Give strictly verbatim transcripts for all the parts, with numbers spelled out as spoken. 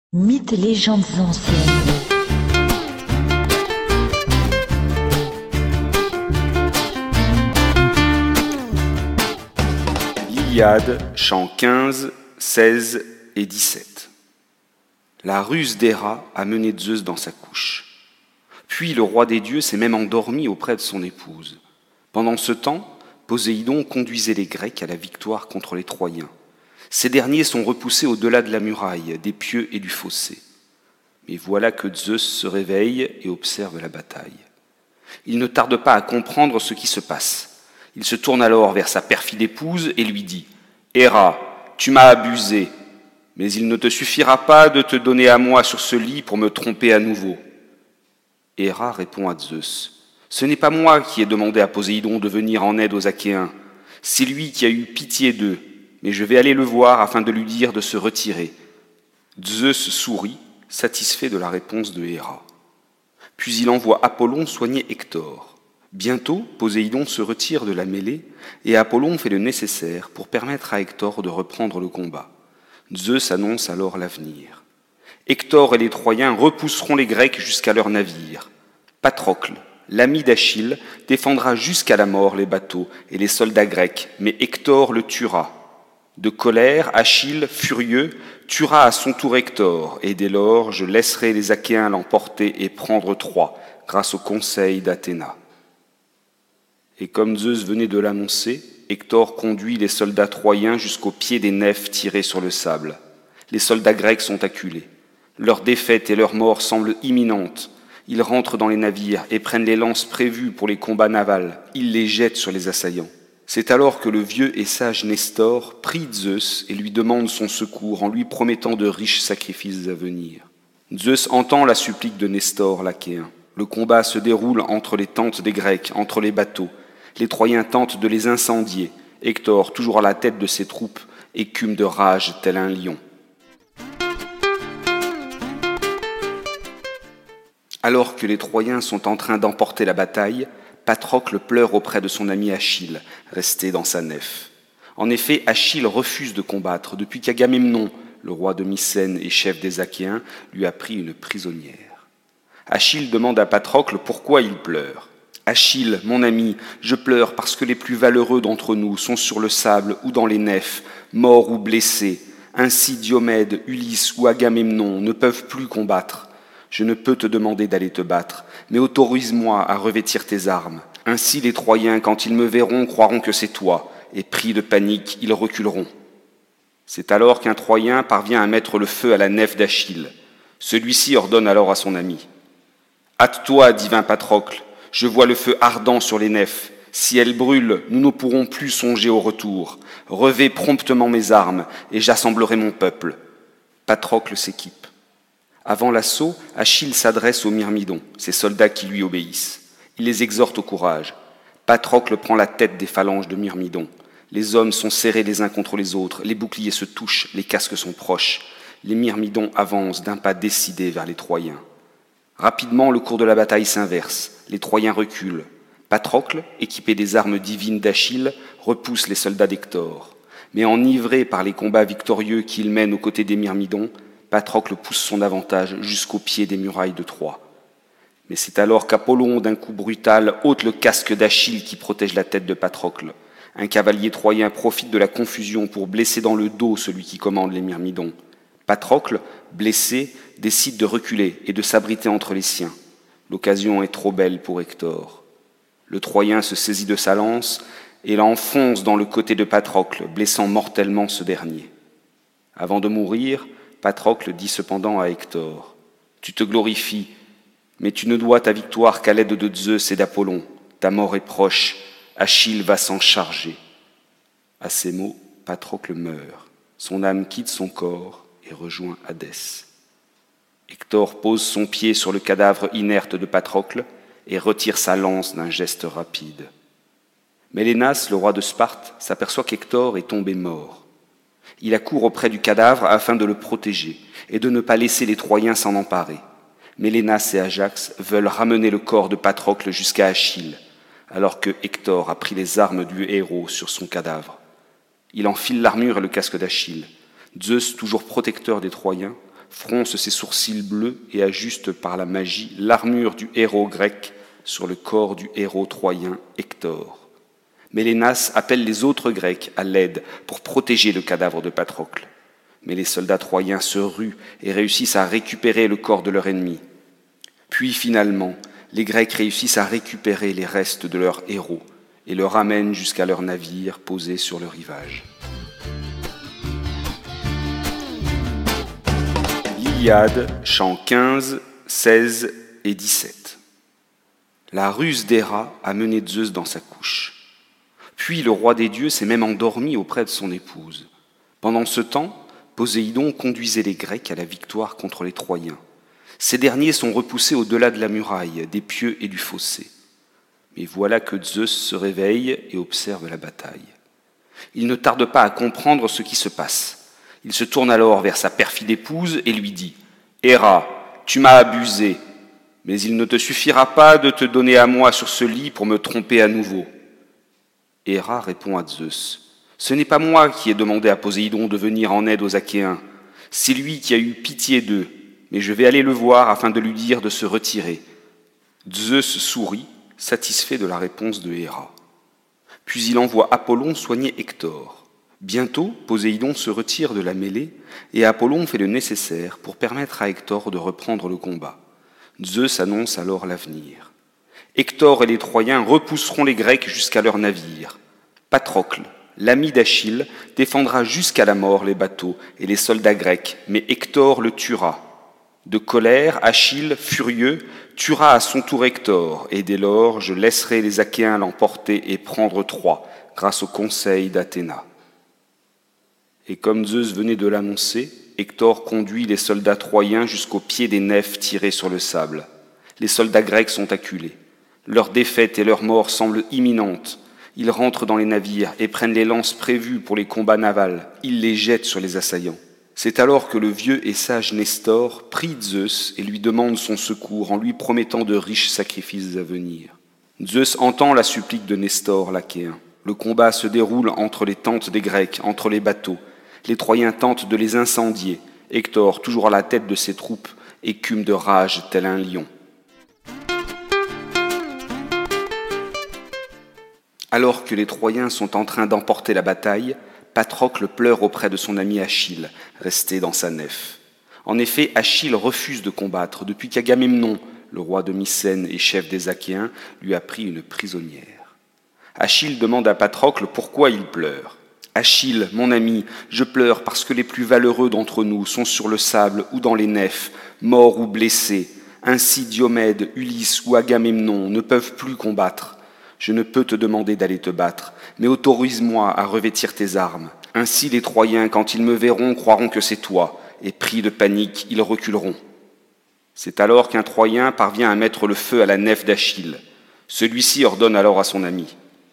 Mythes et légendes anciennes. L'Iliade, chants quinze, seize et dix-sept. La ruse d'Héra a mené Zeus dans sa couche. Puis le roi des dieux s'est même endormi auprès de son épouse. Pendant ce temps, Poséidon conduisait les Grecs à la victoire contre les Troyens. Ces derniers sont repoussés au-delà de la muraille, des pieux et du fossé. Mais voilà que Zeus se réveille et observe la bataille. Il ne tarde pas à comprendre ce qui se passe. Il se tourne alors vers sa perfide épouse et lui dit « Héra, tu m'as abusé, mais il ne te suffira pas de te donner à moi sur ce lit pour me tromper à nouveau. » Héra répond à Zeus « Ce n'est pas moi qui ai demandé à Poséidon de venir en aide aux Achéens. C'est lui qui a eu pitié d'eux, mais je vais aller le voir afin de lui dire de se retirer. » Zeus sourit, satisfait de la réponse de Héra. Puis il envoie Apollon soigner Hector. Bientôt, Poséidon se retire de la mêlée et Apollon fait le nécessaire pour permettre à Hector de reprendre le combat. Zeus annonce alors l'avenir. Hector et les Troyens repousseront les Grecs jusqu'à leur navire. Patrocle, l'ami d'Achille, défendra jusqu'à la mort les bateaux et les soldats grecs, mais Hector le tuera. De colère, Achille, furieux, tuera à son tour Hector, et dès lors je laisserai les Achéens l'emporter et prendre Troie, grâce au conseil d'Athéna. Et comme Zeus venait de l'annoncer, Hector conduit les soldats troyens jusqu'au pied des nefs tirées sur le sable. Les soldats grecs sont acculés. Leur défaite et leur mort semblent imminentes. Ils rentrent dans les navires et prennent les lances prévues pour les combats navals. Ils les jettent sur les assaillants. C'est alors que le vieux et sage Nestor prie Zeus et lui demande son secours en lui promettant de riches sacrifices à venir. Zeus entend la supplique de Nestor, l'Achéen. Le combat se déroule entre les tentes des Grecs, entre les bateaux. Les Troyens tentent de les incendier. Hector, toujours à la tête de ses troupes, écume de rage tel un lion. Alors que les Troyens sont en train d'emporter la bataille, Patrocle pleure auprès de son ami Achille, resté dans sa nef. En effet, Achille refuse de combattre depuis qu'Agamemnon, le roi de Mycène et chef des Achéens, lui a pris une prisonnière. Achille demande à Patrocle pourquoi il pleure. « Achille, mon ami, je pleure parce que les plus valeureux d'entre nous sont sur le sable ou dans les nefs, morts ou blessés. Ainsi Diomède, Ulysse ou Agamemnon ne peuvent plus combattre. Je ne peux te demander d'aller te battre, mais autorise-moi à revêtir tes armes. Ainsi les Troyens, quand ils me verront, croiront que c'est toi, et pris de panique, ils reculeront. » C'est alors qu'un Troyen parvient à mettre le feu à la nef d'Achille. Celui-ci ordonne alors à son ami « Hâte-toi, divin Patrocle, je vois le feu ardent sur les nefs. Si elles brûlent, nous ne pourrons plus songer au retour. Revêt promptement mes armes, et j'assemblerai mon peuple. » Patrocle s'équipe. Avant l'assaut, Achille s'adresse aux Myrmidons, ces soldats qui lui obéissent. Il les exhorte au courage. Patrocle prend la tête des phalanges de Myrmidon. Les hommes sont serrés les uns contre les autres, les boucliers se touchent, les casques sont proches. Les Myrmidons avancent d'un pas décidé vers les Troyens. Rapidement, le cours de la bataille s'inverse. Les Troyens reculent. Patrocle, équipé des armes divines d'Achille, repousse les soldats d'Hector. Mais enivré par les combats victorieux qu'il mène aux côtés des Myrmidons, Patrocle pousse son avantage jusqu'au pied des murailles de Troie. Mais c'est alors qu'Apollon, d'un coup brutal, ôte le casque d'Achille qui protège la tête de Patrocle. Un cavalier troyen profite de la confusion pour blesser dans le dos celui qui commande les Myrmidons. Patrocle, blessé, décide de reculer et de s'abriter entre les siens. L'occasion est trop belle pour Hector. Le Troyen se saisit de sa lance et l'enfonce dans le côté de Patrocle, blessant mortellement ce dernier. Avant de mourir, Patrocle dit cependant à Hector « Tu te glorifies, mais tu ne dois ta victoire qu'à l'aide de Zeus et d'Apollon. Ta mort est proche, Achille va s'en charger. » À ces mots, Patrocle meurt. Son âme quitte son corps et rejoint Hadès. Hector pose son pied sur le cadavre inerte de Patrocle et retire sa lance d'un geste rapide. Mélénas, le roi de Sparte, s'aperçoit qu'Hector est tombé mort. Il accourt auprès du cadavre afin de le protéger et de ne pas laisser les Troyens s'en emparer. Mélénas et Ajax veulent ramener le corps de Patrocle jusqu'à Achille, alors que Hector a pris les armes du héros sur son cadavre. Il enfile l'armure et le casque d'Achille. Zeus, toujours protecteur des Troyens, fronce ses sourcils bleus et ajuste par la magie l'armure du héros grec sur le corps du héros troyen Hector. Mélénas appelle les autres Grecs à l'aide pour protéger le cadavre de Patrocle. Mais les soldats troyens se ruent et réussissent à récupérer le corps de leur ennemi. Puis finalement, les Grecs réussissent à récupérer les restes de leur héros et le ramènent jusqu'à leur navire posé sur le rivage. L'Iliade, chants quinze, seize et dix-sept. La ruse d'Héra a mené Zeus dans sa couche. Puis le roi des dieux s'est même endormi auprès de son épouse. Pendant ce temps, Poséidon conduisait les Grecs à la victoire contre les Troyens. Ces derniers sont repoussés au-delà de la muraille, des pieux et du fossé. Mais voilà que Zeus se réveille et observe la bataille. Il ne tarde pas à comprendre ce qui se passe. Il se tourne alors vers sa perfide épouse et lui dit « Héra, tu m'as abusé, mais il ne te suffira pas de te donner à moi sur ce lit pour me tromper à nouveau. » Héra répond à Zeus « Ce n'est pas moi qui ai demandé à Poséidon de venir en aide aux Achéens. C'est lui qui a eu pitié d'eux, mais je vais aller le voir afin de lui dire de se retirer. » Zeus sourit, satisfait de la réponse de Héra. Puis il envoie Apollon soigner Hector. Bientôt, Poséidon se retire de la mêlée et Apollon fait le nécessaire pour permettre à Hector de reprendre le combat. Zeus annonce alors l'avenir. Hector et les Troyens repousseront les Grecs jusqu'à leur navire. Patrocle, l'ami d'Achille, défendra jusqu'à la mort les bateaux et les soldats grecs, mais Hector le tuera. De colère, Achille, furieux, tuera à son tour Hector, et dès lors je laisserai les Achéens l'emporter et prendre Troie, grâce au conseil d'Athéna. Et comme Zeus venait de l'annoncer, Hector conduit les soldats troyens jusqu'au pied des nefs tirées sur le sable. Les soldats grecs sont acculés. Leur défaite et leur mort semblent imminentes. Ils rentrent dans les navires et prennent les lances prévues pour les combats navals. Ils les jettent sur les assaillants. C'est alors que le vieux et sage Nestor prie Zeus et lui demande son secours en lui promettant de riches sacrifices à venir. Zeus entend la supplique de Nestor, l'Achéen. Le combat se déroule entre les tentes des Grecs, entre les bateaux. Les Troyens tentent de les incendier. Hector, toujours à la tête de ses troupes, écume de rage tel un lion. Alors que les Troyens sont en train d'emporter la bataille, Patrocle pleure auprès de son ami Achille, resté dans sa nef. En effet, Achille refuse de combattre depuis qu'Agamemnon, le roi de Mycène et chef des Achéens, lui a pris une prisonnière. Achille demande à Patrocle pourquoi il pleure. « Achille, mon ami, je pleure parce que les plus valeureux d'entre nous sont sur le sable ou dans les nefs, morts ou blessés. Ainsi Diomède, Ulysse ou Agamemnon ne peuvent plus combattre. Je ne peux te demander d'aller te battre, mais autorise-moi à revêtir tes armes. Ainsi les Troyens, quand ils me verront, croiront que c'est toi, et pris de panique, ils reculeront. » C'est alors qu'un Troyen parvient à mettre le feu à la nef d'Achille. Celui-ci ordonne alors à son ami.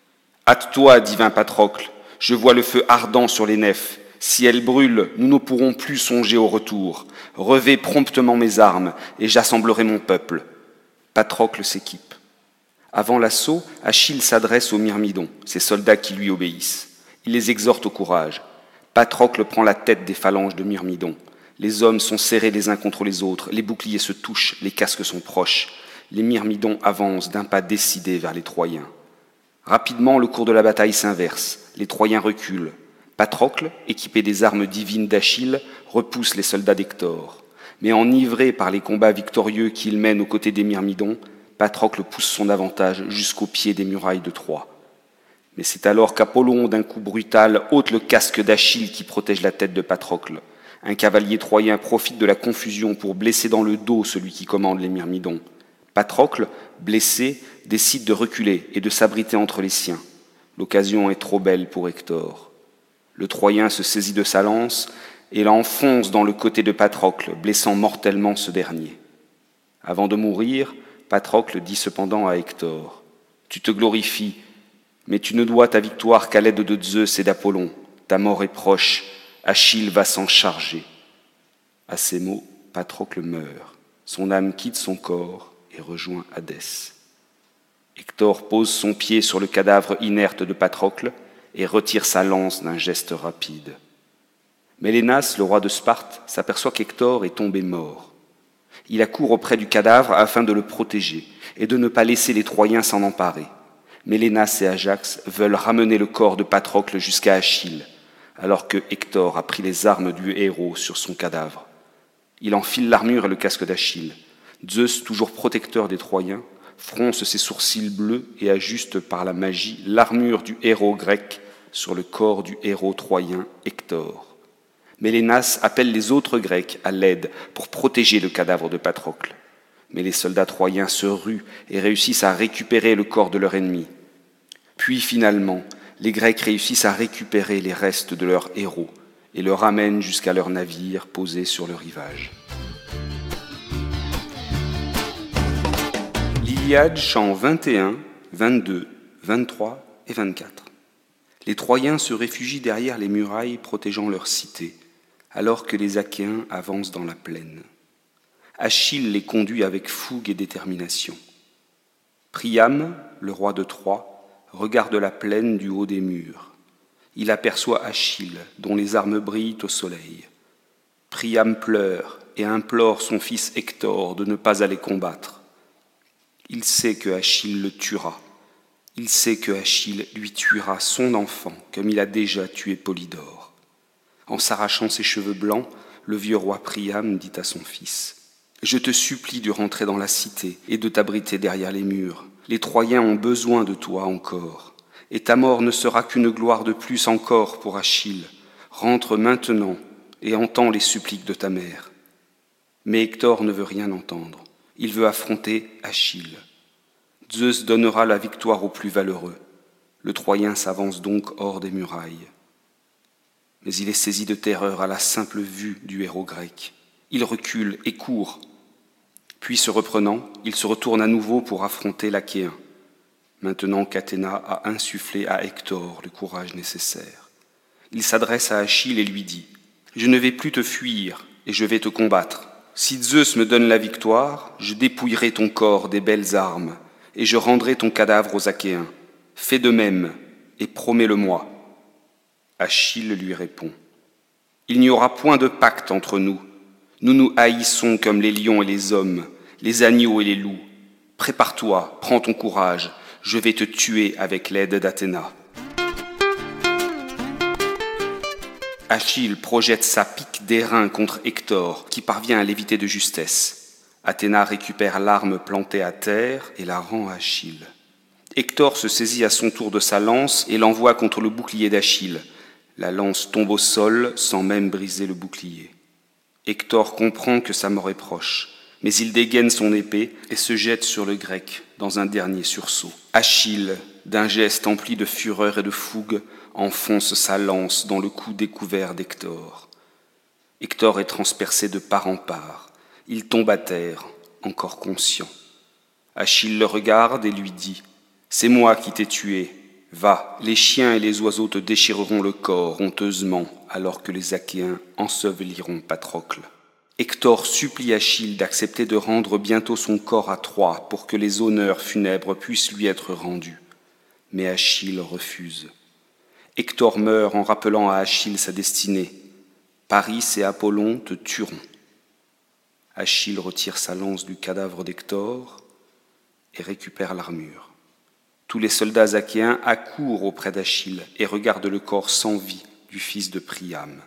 « Hâte-toi, divin Patrocle, je vois le feu ardent sur les nefs. Si elles brûlent, nous ne pourrons plus songer au retour. Revais promptement mes armes, et j'assemblerai mon peuple. » Patrocle s'équipe. Avant l'assaut, Achille s'adresse aux Myrmidons, ces soldats qui lui obéissent. Il les exhorte au courage. Patrocle prend la tête des phalanges de Myrmidon. Les hommes sont serrés les uns contre les autres, les boucliers se touchent, les casques sont proches. Les Myrmidons avancent d'un pas décidé vers les Troyens. Rapidement, le cours de la bataille s'inverse. Les Troyens reculent. Patrocle, équipé des armes divines d'Achille, repousse les soldats d'Hector. Mais enivré par les combats victorieux qu'il mène aux côtés des Myrmidons, Patrocle pousse son avantage jusqu'au pied des murailles de Troie. Mais c'est alors qu'Apollon, d'un coup brutal, ôte le casque d'Achille qui protège la tête de Patrocle. Un cavalier troyen profite de la confusion pour blesser dans le dos celui qui commande les Myrmidons. Patrocle, blessé, décide de reculer et de s'abriter entre les siens. L'occasion est trop belle pour Hector. Le Troyen se saisit de sa lance et l'enfonce dans le côté de Patrocle, blessant mortellement ce dernier. Avant de mourir, Patrocle dit cependant à Hector, « Tu te glorifies, mais tu ne dois ta victoire qu'à l'aide de Zeus et d'Apollon. Ta mort est proche, Achille va s'en charger. » À ces mots, Patrocle meurt. Son âme quitte son corps et rejoint Hadès. Hector pose son pied sur le cadavre inerte de Patrocle et retire sa lance d'un geste rapide. Mélénas, le roi de Sparte, s'aperçoit qu'Hector est tombé mort. Il accourt auprès du cadavre afin de le protéger et de ne pas laisser les Troyens s'en emparer. Mélénas et Ajax veulent ramener le corps de Patrocle jusqu'à Achille, alors que Hector a pris les armes du héros sur son cadavre. Il enfile l'armure et le casque d'Achille. Zeus, toujours protecteur des Troyens, fronce ses sourcils bleus et ajuste par la magie l'armure du héros grec sur le corps du héros troyen Hector. Mélénas appelle les autres Grecs à l'aide pour protéger le cadavre de Patrocle. Mais les soldats troyens se ruent et réussissent à récupérer le corps de leur ennemi. Puis finalement, les Grecs réussissent à récupérer les restes de leur héros et le ramènent jusqu'à leur navire posé sur le rivage. L'Iliade, chants vingt et un, vingt-deux, vingt-trois et vingt-quatre. Les Troyens se réfugient derrière les murailles protégeant leur cité, alors que les Achéens avancent dans la plaine. Achille les conduit avec fougue et détermination. Priam, le roi de Troie, regarde la plaine du haut des murs. Il aperçoit Achille, dont les armes brillent au soleil. Priam pleure et implore son fils Hector de ne pas aller combattre. Il sait que Achille le tuera. Il sait que Achille lui tuera son enfant, comme il a déjà tué Polydore. En s'arrachant ses cheveux blancs, le vieux roi Priam dit à son fils : « Je te supplie de rentrer dans la cité et de t'abriter derrière les murs. Les Troyens ont besoin de toi encore, et ta mort ne sera qu'une gloire de plus encore pour Achille. Rentre maintenant et entends les suppliques de ta mère. » Mais Hector ne veut rien entendre. Il veut affronter Achille. Zeus donnera la victoire au plus valeureux. Le Troyen s'avance donc hors des murailles. Mais il est saisi de terreur à la simple vue du héros grec. Il recule et court. Puis, se reprenant, il se retourne à nouveau pour affronter l'Achéen, maintenant qu'Athéna a insufflé à Hector le courage nécessaire. Il s'adresse à Achille et lui dit : « Je ne vais plus te fuir et je vais te combattre. Si Zeus me donne la victoire, je dépouillerai ton corps des belles armes et je rendrai ton cadavre aux Achéens. Fais de même et promets-le-moi. » Achille lui répond : « Il n'y aura point de pacte entre nous. Nous nous haïssons comme les lions et les hommes, les agneaux et les loups. Prépare-toi, prends ton courage, je vais te tuer avec l'aide d'Athéna. » Achille projette sa pique d'airain contre Hector, qui parvient à l'éviter de justesse. Athéna récupère l'arme plantée à terre et la rend à Achille. Hector se saisit à son tour de sa lance et l'envoie contre le bouclier d'Achille. La lance tombe au sol sans même briser le bouclier. Hector comprend que sa mort est proche, mais il dégaine son épée et se jette sur le Grec dans un dernier sursaut. Achille, d'un geste empli de fureur et de fougue, enfonce sa lance dans le cou découvert d'Hector. Hector est transpercé de part en part. Il tombe à terre, encore conscient. Achille le regarde et lui dit : « C'est moi qui t'ai tué. Va, les chiens et les oiseaux te déchireront le corps honteusement, alors que les Achéens enseveliront Patrocle. » Hector supplie Achille d'accepter de rendre bientôt son corps à Troie pour que les honneurs funèbres puissent lui être rendus. Mais Achille refuse. Hector meurt en rappelant à Achille sa destinée. Paris et Apollon te tueront. Achille retire sa lance du cadavre d'Hector et récupère l'armure. Tous les soldats achéens accourent auprès d'Achille et regardent le corps sans vie du fils de Priam.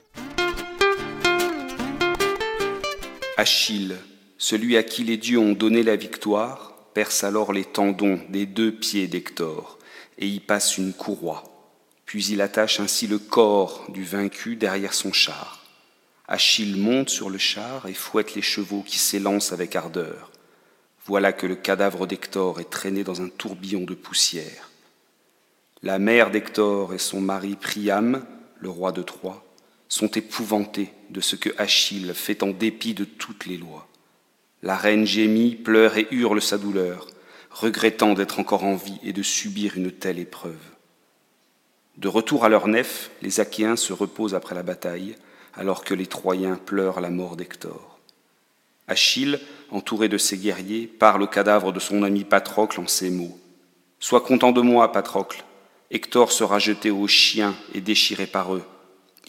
Achille, celui à qui les dieux ont donné la victoire, perce alors les tendons des deux pieds d'Hector et y passe une courroie. Puis il attache ainsi le corps du vaincu derrière son char. Achille monte sur le char et fouette les chevaux qui s'élancent avec ardeur. Voilà que le cadavre d'Hector est traîné dans un tourbillon de poussière. La mère d'Hector et son mari Priam, le roi de Troie, sont épouvantés de ce que Achille fait en dépit de toutes les lois. La reine gémit, pleure et hurle sa douleur, regrettant d'être encore en vie et de subir une telle épreuve. De retour à leur nef, les Achéens se reposent après la bataille, alors que les Troyens pleurent la mort d'Hector. Achille, entouré de ses guerriers, parle au cadavre de son ami Patrocle en ces mots : « Sois content de moi, Patrocle. Hector sera jeté aux chiens et déchiré par eux.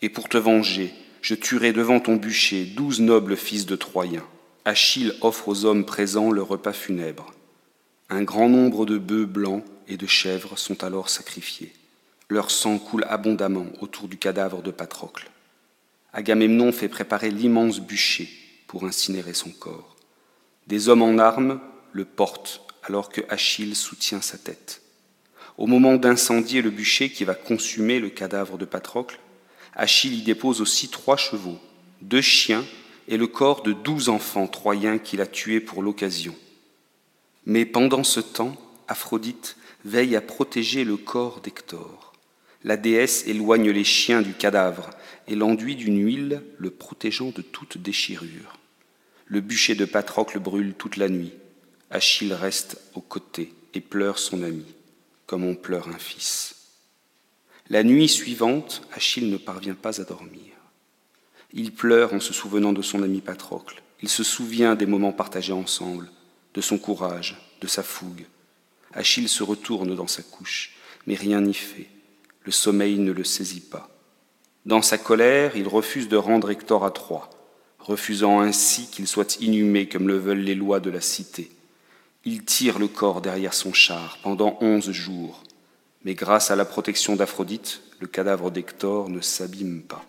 Et pour te venger, je tuerai devant ton bûcher douze nobles fils de Troyens. » Achille offre aux hommes présents le repas funèbre. Un grand nombre de bœufs blancs et de chèvres sont alors sacrifiés. Leur sang coule abondamment autour du cadavre de Patrocle. Agamemnon fait préparer l'immense bûcher pour incinérer son corps. Des hommes en armes le portent alors que Achille soutient sa tête. Au moment d'incendier le bûcher qui va consumer le cadavre de Patrocle, Achille y dépose aussi trois chevaux, deux chiens et le corps de douze enfants troyens qu'il a tués pour l'occasion. Mais pendant ce temps, Aphrodite veille à protéger le corps d'Hector. La déesse éloigne les chiens du cadavre et l'enduit d'une huile le protégeant de toute déchirure. Le bûcher de Patrocle brûle toute la nuit. Achille reste aux côtés et pleure son ami, comme on pleure un fils. La nuit suivante, Achille ne parvient pas à dormir. Il pleure en se souvenant de son ami Patrocle. Il se souvient des moments partagés ensemble, de son courage, de sa fougue. Achille se retourne dans sa couche, mais rien n'y fait. Le sommeil ne le saisit pas. Dans sa colère, il refuse de rendre Hector à Troie, refusant ainsi qu'il soit inhumé comme le veulent les lois de la cité. Il tire le corps derrière son char pendant onze jours, mais grâce à la protection d'Aphrodite, le cadavre d'Hector ne s'abîme pas.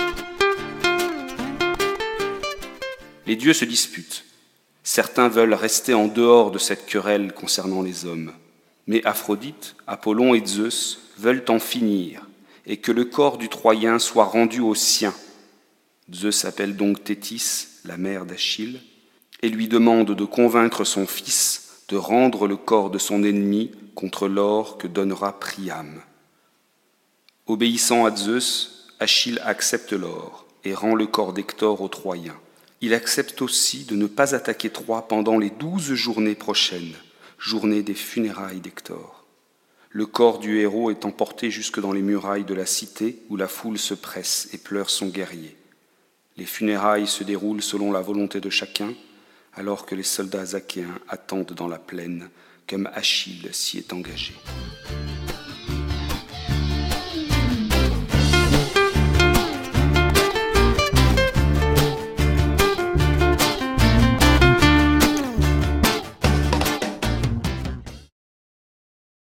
Les dieux se disputent. Certains veulent rester en dehors de cette querelle concernant les hommes. Mais Aphrodite, Apollon et Zeus veulent en finir et que le corps du Troyen soit rendu aux siens. Zeus appelle donc Thétis, la mère d'Achille, et lui demande de convaincre son fils de rendre le corps de son ennemi contre l'or que donnera Priam. Obéissant à Zeus, Achille accepte l'or et rend le corps d'Hector aux Troyens. Il accepte aussi de ne pas attaquer Troie pendant les douze journées prochaines, journée des funérailles d'Hector. Le corps du héros est emporté jusque dans les murailles de la cité où la foule se presse et pleure son guerrier. Les funérailles se déroulent selon la volonté de chacun, alors que les soldats achéens attendent dans la plaine, comme Achille s'y est engagé.